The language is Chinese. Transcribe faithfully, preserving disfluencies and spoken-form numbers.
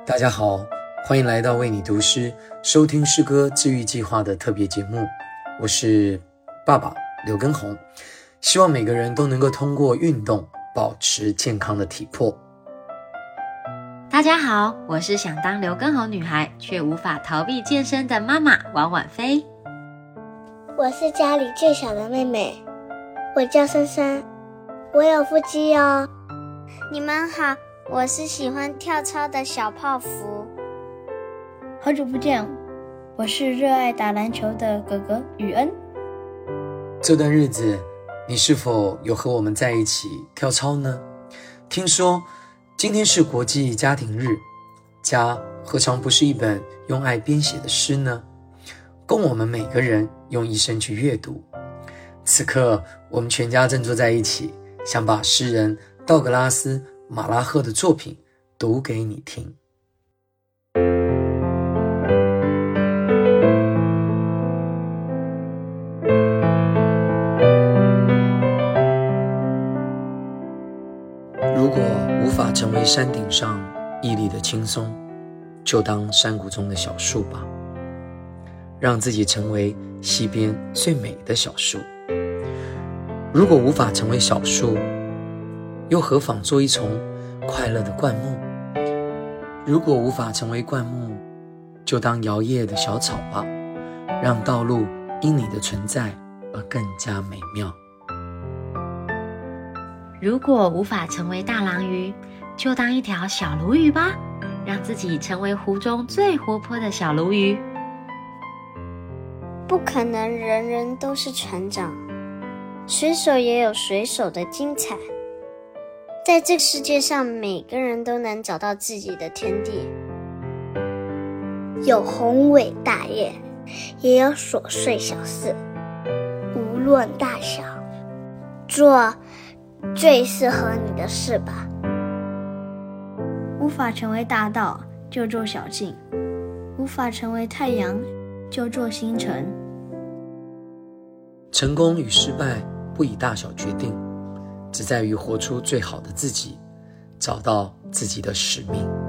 大家好，欢迎来到为你读诗，收听诗歌治愈计划的特别节目。我是爸爸刘根宏，希望每个人都能够通过运动保持健康的体魄。 大家好，我是想当刘根宏女孩却无法逃避健身的妈妈王婉菲。 我是家里最小的妹妹，我叫珊珊，我有腹肌哦。 你们好，我是喜欢跳操的小泡芙。 好久不见，我是热爱打篮球的哥哥宇恩。 这段日子，你是否有和我们在一起跳操呢？听说今天是国际家庭日，家何尝不是一本用爱编写的诗呢？供我们每个人用一生去阅读。此刻，我们全家正坐在一起，想把诗人道格拉斯·马拉赫的作品读给你听。如果无法成为山顶上屹立的青松，就当山谷中的小树吧，让自己成为溪边最美的小树。如果无法成为小树，又何妨做一丛快乐的灌木？如果无法成为灌木，就当摇曳的小草吧，让道路因你的存在而更加美妙。 如果无法成为大狼鱼，就当一条小鲈鱼吧，让自己成为湖中最活泼的小鲈鱼。 不可能人人都是船长，水手也有水手的精彩。在这个世界上，每个人都能找到自己的天地。 有宏伟大业，也有琐碎小事，无论大小，做最适合你的事吧。 无法成为大道，就做小径；无法成为太阳，就做星辰。 成功与失败不以大小决定，只在于活出最好的自己，找到自己的使命。